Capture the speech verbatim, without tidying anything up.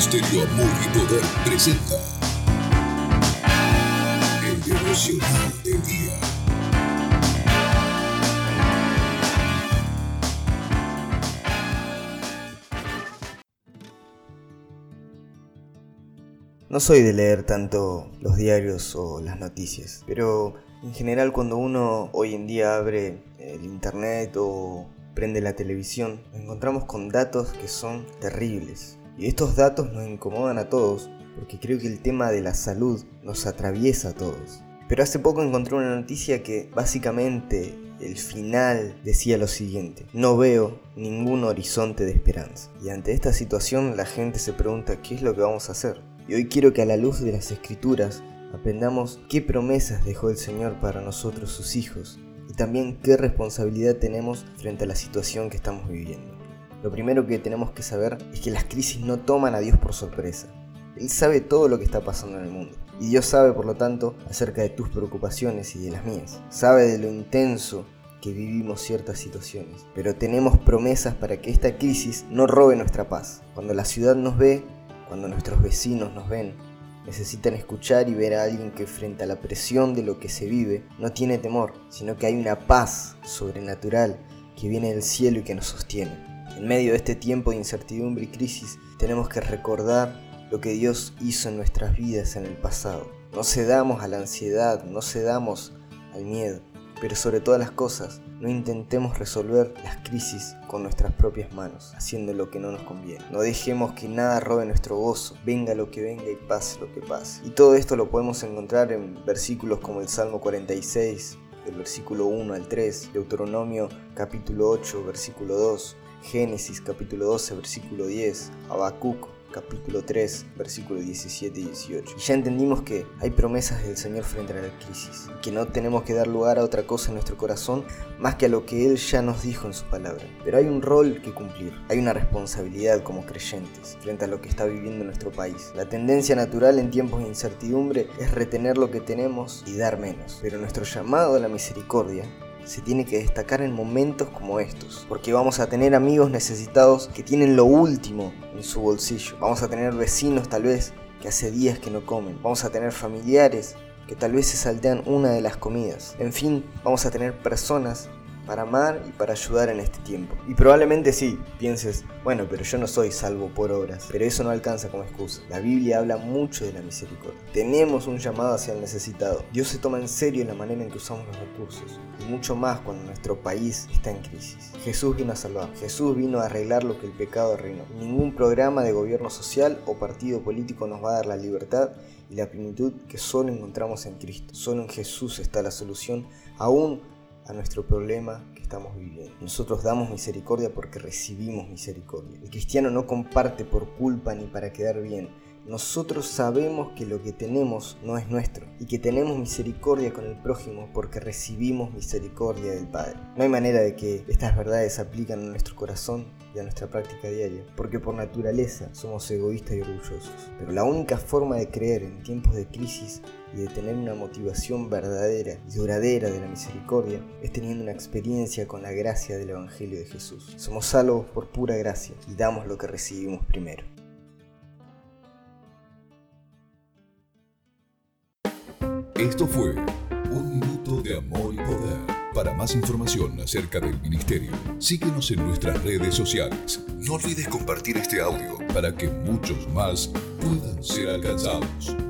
Ministerio Amor y Poder presenta el devocional del día. No soy de leer tanto los diarios o las noticias, pero en general cuando uno hoy en día abre el internet o prende la televisión, nos encontramos con datos que son terribles. Y estos datos nos incomodan a todos, porque creo que el tema de la salud nos atraviesa a todos. Pero hace poco encontré una noticia que básicamente el final decía lo siguiente: no veo ningún horizonte de esperanza. Y ante esta situación la gente se pregunta ¿qué es lo que vamos a hacer? Y hoy quiero que a la luz de las Escrituras aprendamos qué promesas dejó el Señor para nosotros sus hijos y también qué responsabilidad tenemos frente a la situación que estamos viviendo. Lo primero que tenemos que saber es que las crisis no toman a Dios por sorpresa. Él sabe todo lo que está pasando en el mundo y Dios sabe, por lo tanto, acerca de tus preocupaciones y de las mías. Sabe de lo intenso que vivimos ciertas situaciones, pero tenemos promesas para que esta crisis no robe nuestra paz. Cuando la ciudad nos ve, cuando nuestros vecinos nos ven, necesitan escuchar y ver a alguien que frente a la presión de lo que se vive no tiene temor, sino que hay una paz sobrenatural que viene del cielo y que nos sostiene. En medio de este tiempo de incertidumbre y crisis tenemos que recordar lo que Dios hizo en nuestras vidas en el pasado. No cedamos a la ansiedad, no cedamos al miedo, pero sobre todas las cosas, no intentemos resolver las crisis con nuestras propias manos, haciendo lo que no nos conviene. No dejemos que nada robe nuestro gozo, venga lo que venga y pase lo que pase. Y todo esto lo podemos encontrar en versículos como el Salmo cuarenta y seis, del versículo uno al tres, Deuteronomio capítulo ocho, versículo dos, Génesis capítulo doce, versículo diez, Habacuc capítulo tres, versículos diecisiete y dieciocho. Y ya entendimos que hay promesas del Señor frente a la crisis, y que no tenemos que dar lugar a otra cosa en nuestro corazón más que a lo que Él ya nos dijo en su palabra. Pero hay un rol que cumplir, hay una responsabilidad como creyentes frente a lo que está viviendo nuestro país. La tendencia natural en tiempos de incertidumbre es retener lo que tenemos y dar menos, pero nuestro llamado a la misericordia se tiene que destacar en momentos como estos, porque vamos a tener amigos necesitados que tienen lo último en su bolsillo. Vamos a tener vecinos tal vez que hace días que no comen. Vamos a tener familiares que tal vez se saltean una de las comidas. En fin, vamos a tener personas para amar y para ayudar en este tiempo. Y probablemente sí, pienses, bueno, pero yo no soy salvo por obras. Pero eso no alcanza como excusa. La Biblia habla mucho de la misericordia. Tenemos un llamado hacia el necesitado. Dios se toma en serio la manera en que usamos los recursos. Y mucho más cuando nuestro país está en crisis. Jesús vino a salvar. Jesús vino a arreglar lo que el pecado arruinó. Ningún programa de gobierno social o partido político nos va a dar la libertad y la plenitud que solo encontramos en Cristo. Solo en Jesús está la solución, aún a nuestro problema que estamos viviendo. Nosotros damos misericordia porque recibimos misericordia. El cristiano no comparte por culpa ni para quedar bien. Nosotros sabemos que lo que tenemos no es nuestro y que tenemos misericordia con el prójimo porque recibimos misericordia del Padre. No hay manera de que estas verdades se apliquen a nuestro corazón y a nuestra práctica diaria, porque por naturaleza somos egoístas y orgullosos. Pero la única forma de creer en tiempos de crisis y de tener una motivación verdadera y duradera de la misericordia es teniendo una experiencia con la gracia del Evangelio de Jesús. Somos salvos por pura gracia y damos lo que recibimos primero. Esto fue Un Minuto de Amor y Poder. Para más información acerca del ministerio, síguenos en nuestras redes sociales. No olvides compartir este audio para que muchos más puedan ser alcanzados.